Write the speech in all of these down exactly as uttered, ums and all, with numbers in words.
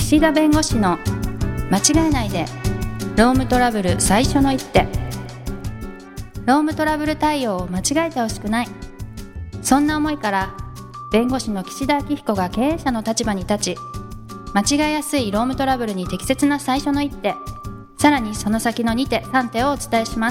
岸田弁護士の間違えないでロームトラブル最初の一手。ロームトラブル対応を間違えてほしくない、そんな思いから弁護士の岸田明彦が経営者の立場に立ち、間違えやすいロームトラブルに適切な最初の一手、さらにその先のに手さん手をお伝えします。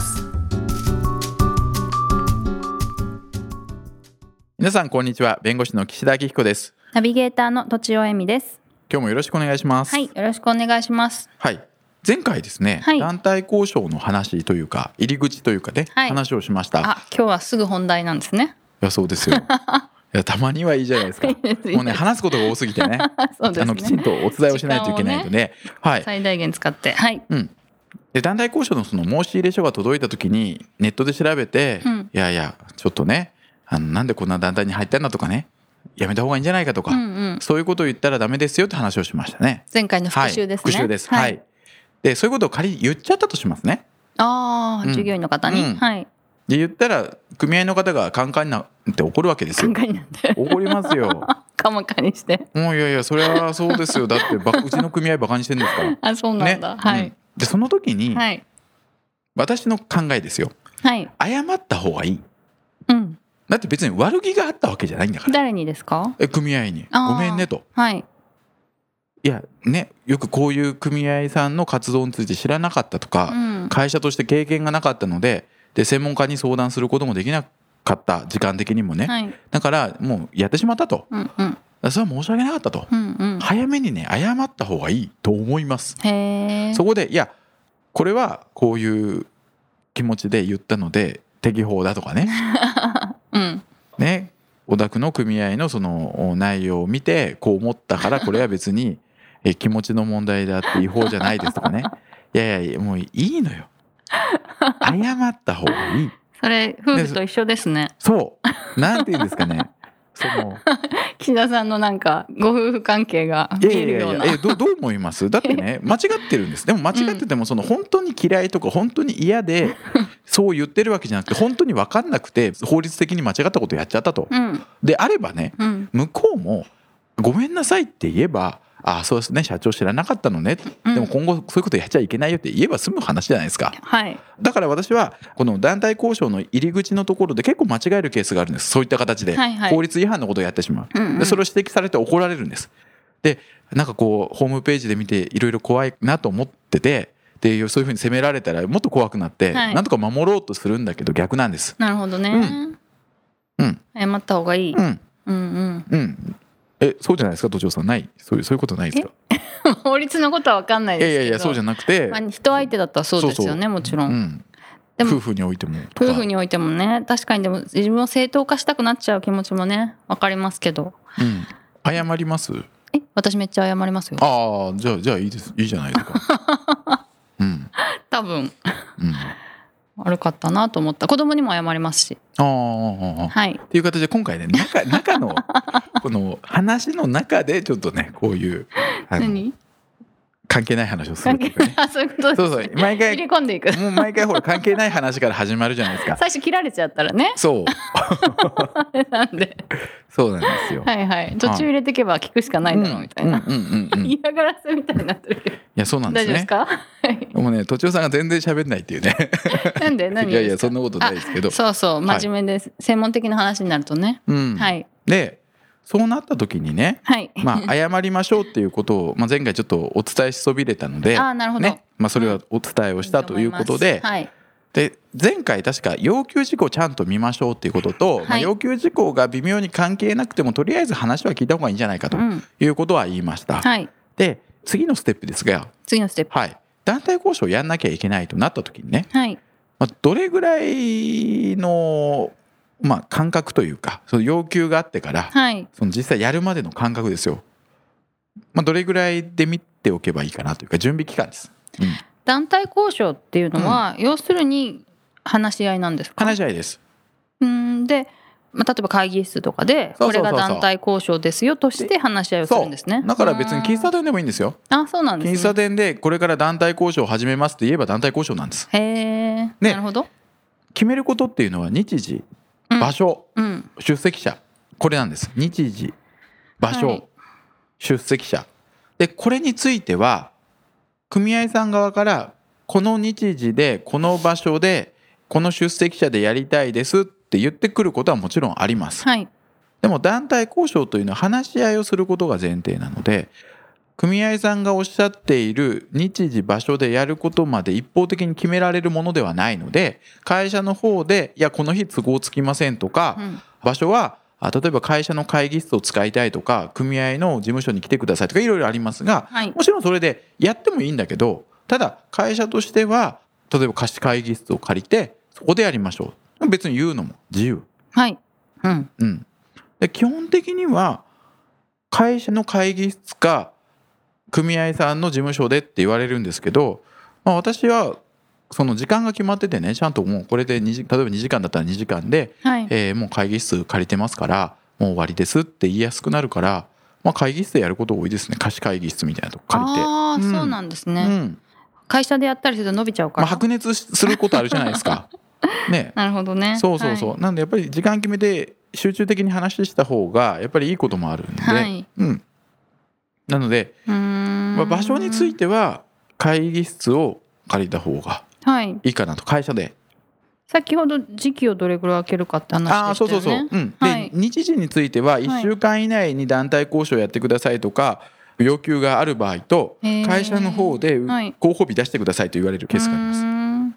皆さんこんにちは。弁護士の岸田明彦です。 ナビゲーターのとちおえみです。 今日もよろしくお願いします。 はい、よろしくお願いします。 はい、前回ですね、はい、団体交渉の話というか入り口というかね、はい、話をしました。 あ、今日はすぐ本題なんですね。 いや、そうですよいや、たまにはいいじゃないですか。いいですもうね、話すことが多すぎてねそうですね、あのきちんとお伝えをしないといけないので、ね、はい、 最大限使って、はい、 うん、で団体交渉のその申し入れ書が届いた時にネットで調べて、うん、いやいやちょっとね、あのなんでこんな団体に入ったんだとかね、やめた方がいいんじゃないかとか、うんうん、そういうことを言ったらダメですよって話をしましたね。 前回の復習ですね。 はい、復習です、はいはい、でそういうことを仮に言っちゃったとしますね。 ああ、うん、従業員の方に、うん、はい、で言ったら組合の方がカンカンになって怒るわけですよ。 カンカンになって怒りますよカマカにしてもういやいや、それはそうですよ。だってばうちの組合バカにしてるんですからあ、そうなんだ、ね、はい、うん、 でその時に、はい、私の考えですよ、はい、謝った方がいい、うん、だって別に悪気があったわけじゃないんだから。 誰にですか？ え組合にごめんねと、はい、いやね、よくこういう組合さんの活動について知らなかったとか、うん、会社として経験がなかったので、で専門家に相談することもできなかった、時間的にもね、はい、だからもうやってしまったと、うんうん、それは申し訳なかったと、うんうん、早めにね謝った方がいいと思います。へー。そこでいやこれはこういう気持ちで言ったので適法だとかねうん、ね、お宅の組合のその内容を見てこう思ったからこれは別にえ気持ちの問題であって違法じゃないですとかねいやいやもういいのよ謝った方がいい。 それ夫婦と一緒ですね。 そうなんて言うんですかねその岸田さんのなんかご夫婦関係が見えるような。いやいやいや、え ど, どう思います？だってね間違ってるんです。でも間違っててもその本当に嫌いとか本当に嫌でそう言ってるわけじゃなくて、本当に分かんなくて法律的に間違ったことやっちゃったと、うん、であればね、うん、向こうもごめんなさいって言えば、ああそうですね社長知らなかったのね、うん、でも今後そういうことやっちゃいけないよって言えば済む話じゃないですか、はい、だから私はこの団体交渉の入り口のところで結構間違えるケースがあるんです。そういった形で、はいはい、法律違反のことをやってしまう、うんうん、でそれを指摘されて怒られるんです。でなんかこうホームページで見ていろいろ怖いなと思ってて、でそういうふうに責められたらもっと怖くなって、はい、なんとか守ろうとするんだけど逆なんです。 なるほどね、うんうん、謝った方がいい、うん、うんうんうんえそうじゃないですか、都庁さん。ないそういうそういうことないですか？ 法律のことは分かんないですけど、いやいやいやそうじゃなくて、 まあ、人相手だったらそうですよね。そうそうもちろん、うん、 でも夫婦においても夫婦においてもね、確かに。でも自分を正当化したくなっちゃう気持ちもね分かりますけど、 うん、謝ります？ え私めっちゃ謝りますよ。 ああじゃあじゃあいいです、いいじゃないですか、うん、 多分、うん、悪かったなと思った。子供にも謝りますし、 ああ、はい、っていう形で今回ね 中, 中のこの話の中でちょっとねこういう何関係ない話をするっていうかねそういうことですね。そうそう毎回入れ込んでいくもう毎回ほら関係ない話から始まるじゃないですか最初切られちゃったらね。 そうなんでそうなんですよ。はいはい、途中入れていけば聞くしかないだろうみたいな、嫌がらせみたいになってるけど。いやそうなんですね。 大丈夫ですか？ もうね都庁さんが全然喋んないっていうねなんで何ですか？いやいやそんなことないですけど、 そうそう真面目です、はい、専門的な話になるとね、うん、はい。 でそうなった時にね、はい、まあ、謝りましょうっていうことを、まあ、前回ちょっとお伝えしそびれたので、 あ、なるほど、 ね、まあ、それはお伝えをしたということで、うん、はい、で前回確か要求事項をちゃんと見ましょうっていうことと、はい、まあ、要求事項が微妙に関係なくてもとりあえず話は聞いた方がいいんじゃないかということは言いました、うん、はい、で次のステップですが、 次のステップ、 はい、団体交渉をやんなきゃいけないとなった時にね、はい、まあ、どれぐらいのまあ、感覚というかその要求があってから、はい、その実際やるまでの感覚ですよ、まあ、どれぐらいで見ておけばいいかなというか準備期間です、うん、 団体交渉っていうのは、うん、要するに話し合いなんですか？ 話し合いです。 うんで、まあ、例えば会議室とかでこれが団体交渉ですよとして話し合いをするんですね。 だから別に喫茶店でもいいんですよ。 あ、そうなんですね。 喫茶店でこれから団体交渉を始めますって言えば団体交渉なんです。 へー、ね、なるほど。 決めることっていうのは日時、場所、うん、出席者、これなんです。日時、場所、はい、出席者でこれについては組合さん側からこの日時でこの場所でこの出席者でやりたいですって言ってくることはもちろんあります、 はい、 でも団体交渉というのは話し合いをすることが前提なので、組合さんがおっしゃっている日時場所でやることまで一方的に決められるものではないので、会社の方でいやこの日都合つきませんとか、うん、場所は例えば会社の会議室を使いたいとか組合の事務所に来てくださいとかいろいろありますが、はい、もちろんそれでやってもいいんだけど、ただ会社としては例えば貸し会議室を借りてそこでやりましょう、別に言うのも自由、 はい、うんうん、で基本的には会社の会議室か組合さんの事務所でって言われるんですけど、まあ、私はその時間が決まっててね、ちゃんともうこれでにじ例えばにじかんだったらにじかんで、はい、えー、もう会議室借りてますからもう終わりですって言いやすくなるから、まあ、会議室でやること多いですね。貸し会議室みたいなとこ借りて。 ああ、うん、そうなんですね、うん、会社でやったりすると伸びちゃうから、 まあ、白熱することあるじゃないですかね、 なるほどね。 そうそうそう、はい、なんでやっぱり時間決めて集中的に話した方がやっぱりいいこともあるんで、はい、うん、なのでうーん、まあ、場所については会議室を借りた方がいいかなと、会社で。 先ほど時期をどれぐらい空けるかって話でしたよね。あ、そうそうそう、 うん、はい、で日時についてはいっしゅうかん以内に団体交渉やってくださいとか要求がある場合と、会社の方で候補日出してくださいと言われるケースがあります、はい、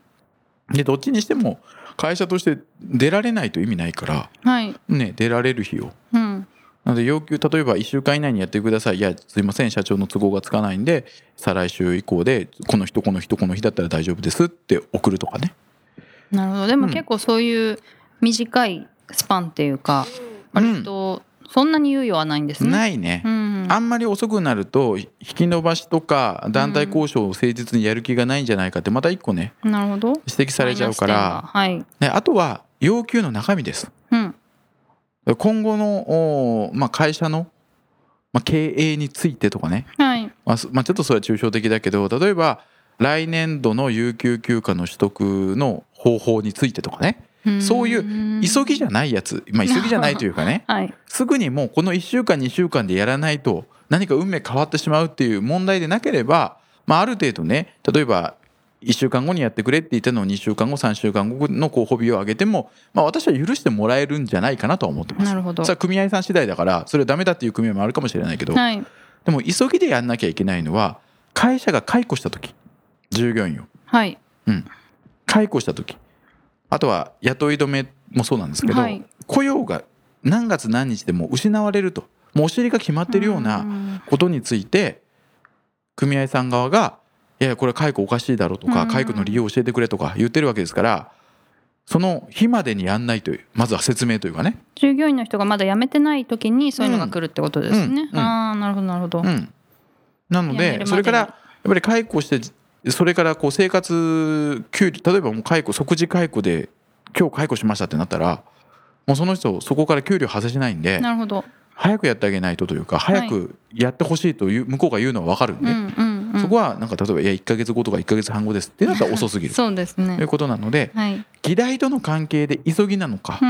でどっちにしても会社として出られないと意味ないから、はいね、出られる日を、うん、なので要求例えばいっしゅうかん以内にやってください、いやすいません社長の都合がつかないんで再来週以降でこの人この人この日だったら大丈夫ですって送るとかね。 なるほど。でも結構そういう短いスパンっていうか、うん、割とそんなに猶予はないんですね。 ないね、うん、あんまり遅くなると引き延ばしとか団体交渉を誠実にやる気がないんじゃないかってまた一個ね、 なるほど、 指摘されちゃうから、 はいね、あとは要求の中身です、うん、今後の、まあ、会社の、まあ、経営についてとかね、はいまあまあ、ちょっとそれは抽象的だけど、例えば来年度の有給休暇の取得の方法についてとかね、そういう急ぎじゃないやつ、まあ、急ぎじゃないというかね、はい、すぐにもうこのいっしゅうかんにしゅうかんでやらないと何か運命変わってしまうっていう問題でなければ、まあ、ある程度ね、例えばいっしゅうかんごにやってくれって言ったのをにしゅうかんごさんしゅうかんごの候補日を上げても、まあ、私は許してもらえるんじゃないかなとは思ってます。 なるほど。 それは組合さん次第だからそれはダメだっていう組合もあるかもしれないけど、はい、でも急ぎでやんなきゃいけないのは会社が解雇した時、従業員を、はいうん、解雇した時、あとは雇い止めもそうなんですけど、はい、雇用が何月何日でも失われると、もうお尻が決まってるようなことについて組合さん側がいやこれ解雇おかしいだろうとか解雇の理由を教えてくれとか言ってるわけですから、その日までにやんないというまずは説明というかね、 従業員の人がまだ辞めてない時にそういうのが来るってことですね、うんうん、ああなるほどなるほど、うん、 なのでそれからやっぱり解雇してそれからこう生活給料、例えばもう解雇即時解雇で今日解雇しましたってなったらもうその人そこから給料発生しないんで、 なるほど、 早くやってあげないとというか早くやってほしいという向こうが言うのは分かるんで、うんうんうん、そこはなんか例えばいやいっかげつごとかいっかげつはんごですってなったら遅すぎるそうですねということなので、はい、議題との関係で急ぎなのか、うん、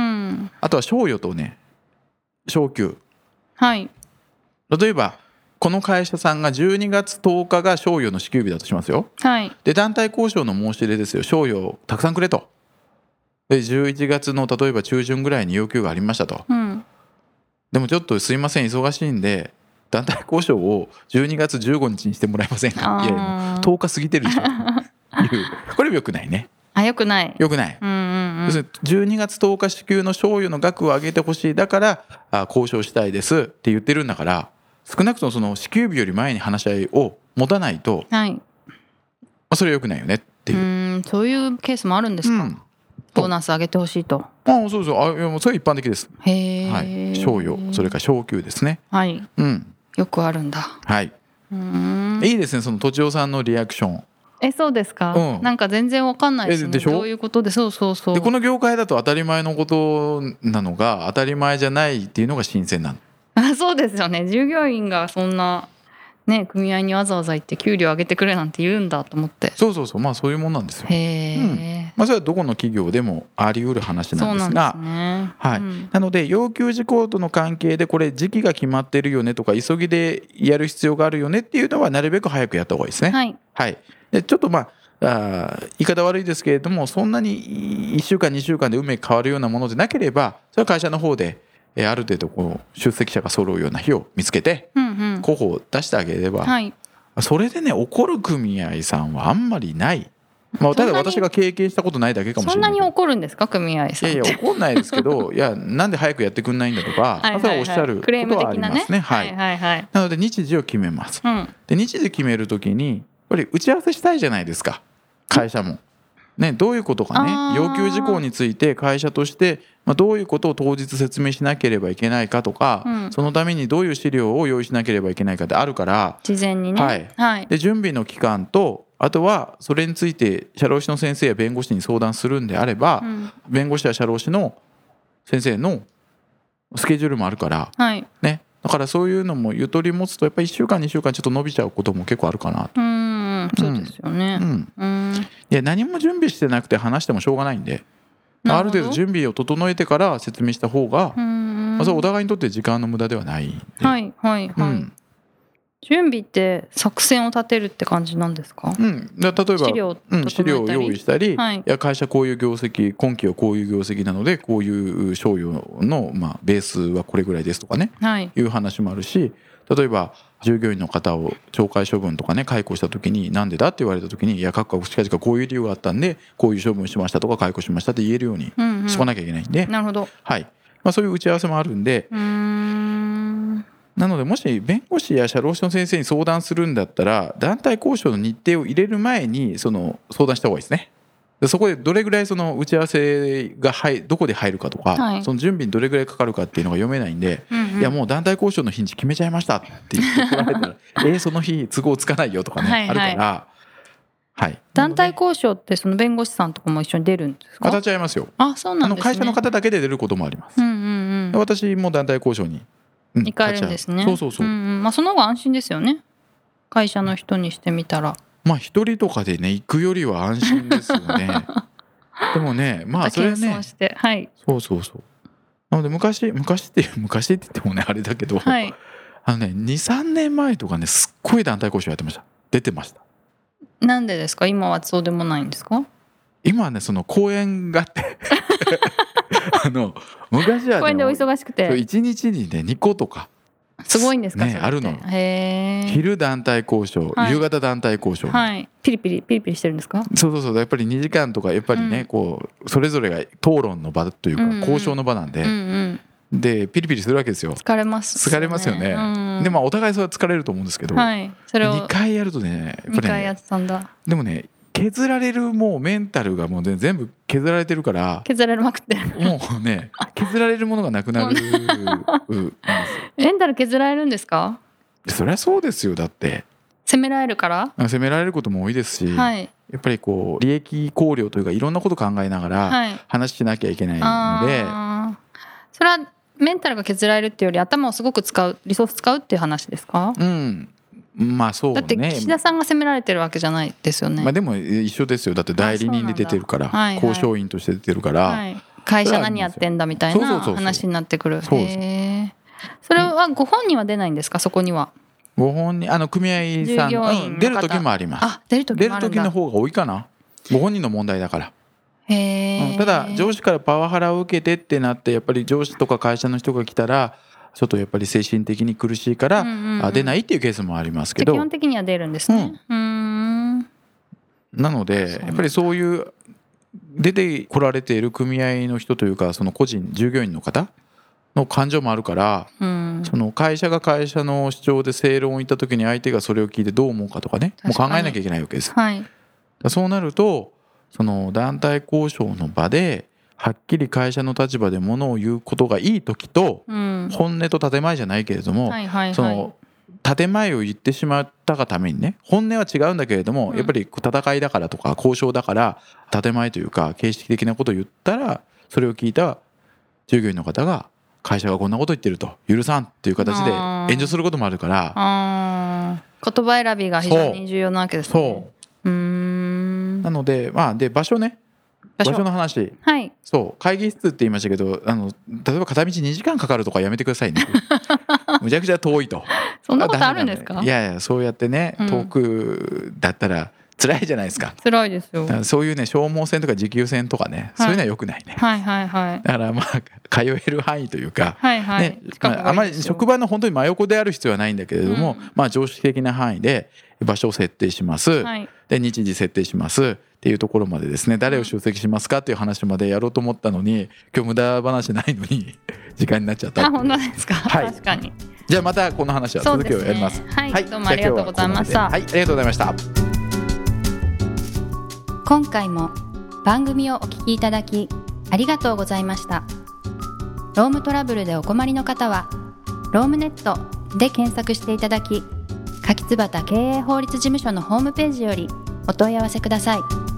あとは賞与とね昇給、はい、例えばこの会社さんがじゅうにがつとおかが賞与の支給日だとしますよ、はい、で団体交渉の申し入れですよ、賞与をたくさんくれと、でじゅういちがつの例えば中旬ぐらいに要求がありましたと、うん、でもちょっとすいません忙しいんで団体交渉をじゅうにがつじゅうごにちにしてもらえませんか、いやいやとおか過ぎてるでしょいうこれもよくないね。 あ、よくないよくない、うんうんうん、要するにじゅうにがつとおか支給の賞与の額を上げてほしい、だからあ交渉したいですって言ってるんだから、少なくともその支給日より前に話し合いを持たないと、はい、まあ、それは良くないよねっていう、うーん、そういうケースもあるんですか、うん、ボーナス上げてほしいと。 ああそうそう、あいやもうそれは一般的です。へー、はい、賞与それから昇給ですね、はい、うん、 よくあるんだ。 はい、うーん、いいですねそのとちおさんのリアクション。 え、そうですか、うん、なんか全然わかんないですね。でしょ、どういうことで、そうそうそう。 でこの業界だと当たり前のことなのが当たり前じゃないっていうのが新鮮なの。 あ、そうですよね。従業員がそんなね、組合にわざわざ行って給料上げてくれなんて言うんだと思って。 そうそうそう、まあそういうもんなんですよ。 へえ、 うんまあ、それはどこの企業でもあり得る話なんですが、 そうなんですね、 はい、うん、なので要求事項との関係でこれ時期が決まってるよねとか急ぎでやる必要があるよねっていうのはなるべく早くやった方がいいですね。 はい、はい、 でちょっとまああ言い方悪いですけれども、そんなにいっしゅうかんにしゅうかんで運命変わるようなものでなければ、それは会社の方である程度こう出席者が揃うような日を見つけて候補を出してあげれば、はい、それでね怒る組合さんはあんまりない。まあ、ただ私が経験したことないだけかもしれない。 そんなに怒るんですか組合さんって。 いやいや怒んないですけどいやなんで早くやってくんないんだとかはいはい、はい、それはおっしゃることはありますね。はいはいはい、なので日時を決めます、うん、で日時決めるときにやっぱり打ち合わせしたいじゃないですか会社も。ね、どういうことかね要求事項について会社としてどういうことを当日説明しなければいけないかとか、うん、そのためにどういう資料を用意しなければいけないかってあるから事前にね、 はいはい、で準備の期間とあとはそれについて社労士の先生や弁護士に相談するんであれば、うん、弁護士や社労士の先生のスケジュールもあるから、はいね、だからそういうのもゆとり持つとやっぱりいっしゅうかんにしゅうかんちょっと伸びちゃうことも結構あるかなと。 うんそうですよね、うんうん、 いや何も準備してなくて話してもしょうがないんである程度準備を整えてから説明した方が、まあ、それお互いにとって時間の無駄ではないんで、 はいはいはい、うん、準備って作戦を立てるって感じなんですか？ うん、例えば資料、うん、資料を用意したり、はい、いや会社こういう業績今期はこういう業績なのでこういう賞与の、まあ、ベースはこれぐらいですとかね、はい、いう話もあるし、例えば従業員の方を懲戒処分とかね解雇した時になんでだって言われた時にいや各国近々こういう理由があったんでこういう処分しましたとか解雇しましたって言えるようにしとかなきゃいけないんで、 うんうん、なるほど、 はいまあ、そういう打ち合わせもあるんで、うーんなのでもし弁護士や社労士の先生に相談するんだったら団体交渉の日程を入れる前にその相談した方がいいですね。でそこでどれぐらいその打ち合わせが入どこで入るかとか、はい、その準備にどれぐらいかかるかっていうのが読めないんで、うんうん、いやもう団体交渉の日にち決めちゃいましたって言ってられたらえー、その日都合つかないよとかね、はいはい、あるから、はい、 団体交渉ってその弁護士さんとかも一緒に出るんですか？ 形ありますよ。 あ、そうなんですね。 あの会社の方だけで出ることもあります、うんうんうん、私も団体交渉に、 うん、行かれるんですね。 そうそうそう、うんうんまあ、その方が安心ですよね会社の人にしてみたら。 まあ一人とかでね行くよりは安心ですよねでもねまあそれね、 はい、 そうそうそうなので昔昔って昔って言ってもねあれだけど、はい、あのね にさんねんまえとかねすっごい団体交渉やってました。出てました。 なんでですか？今はそうでもないんですか？ 今はねその公演があってあの昔は、ね、 公演でお忙しくていちにちにねにことかすごいんですか？ ね、あるの。 へー。 昼団体交渉、はい、夕方団体交渉、 はい、ピリピリピリピリしてるんですか？ そうそうそうやっぱりにじかんとかやっぱりね、うん、こうそれぞれが討論の場というか、うんうん、交渉の場なんで、うんうん、でピリピリするわけですよ。 疲れますよね。疲れますよね、うん、でまあお互いそれは疲れると思うんですけど、 はい、それをにかいやるとねやっぱりねにかいやってたんだ。でもね削られるもうメンタルがもう全部削られてるから削られまくってもうね削られるものがなくなるメンタル削られるんですか？ そりゃそうですよ。だって責められるから責められることも多いですし、はい、やっぱりこう利益考慮というかいろんなこと考えながら話しなきゃいけないので、 はい、それはメンタルが削られるっていうより頭をすごく使うリソース使うっていう話ですか？ うんまあそうね。 だって岸田さんが責められてるわけじゃないですよね。 まあでも一緒ですよ。だって代理人で出てるから、はいはい、交渉員として出てるから、はい、 会社何やってんだみたいな話になってくる。そうそうそうそう。へー。それはご本人は出ないんですか？そこにはご本人あの組合さん、うん、出る時もあります。 あ出る時もあるんだ。 出る時の方が多いかな。ご本人の問題だから。 へー。 うん、ただ上司からパワハラを受けてってなってやっぱり上司とか会社の人が来たらちょっとやっぱり精神的に苦しいから、うんうんうん、出ないっていうケースもありますけど、 基本的には出るんですね、うん、うーんなのでやっぱりそういう出てこられている組合の人というかその個人従業員の方の感情もあるから、うん、その会社が会社の主張で正論を言った時に相手がそれを聞いてどう思うかとかねもう考えなきゃいけないわけです、はい、そうなるとその団体交渉の場ではっきり会社の立場でものを言うことがいい時と、うん、本音と建前じゃないけれども、はいはいはい、その建前を言ってしまったがためにね本音は違うんだけれども、うん、やっぱり戦いだからとか交渉だから建前というか形式的なことを言ったらそれを聞いた従業員の方が会社がこんなこと言ってると許さんっていう形で援助することもあるから言葉選びが非常に重要なわけですね。 そううーんなのでまあで場所ね場所の話、 はい、 そう会議室って言いましたけどあの例えば片道にじかんかかるとかやめてくださいねむちゃくちゃ遠いとそんなことあるんですか。 いやいやそうやってね遠くだったら辛いじゃないですか。 辛いですよ。 そういうね消耗線とか持久戦とかね、はい、そういうのは良くないね、 はいはいはい、 だからまあ通える範囲というか、 はいはいねまあ、あまり職場の本当に真横である必要はないんだけれども、うん、まあ常識的な範囲で場所を設定します、はい、で日時設定しますっていうところまでですね誰を出席しますかっていう話までやろうと思ったのに今日無駄話ないのに時間になっちゃった。 あ本当ですか、はい、確かに。 じゃあまたこの話は続きをやります。 はい、はい、どうもありがとうございました。 はい、ありがとうございました。 今回も番組をお聞きいただきありがとうございました。ロームトラブルでお困りの方はロームネットで検索していただき、柿椿経営法律事務所のホームページよりお問い合わせください。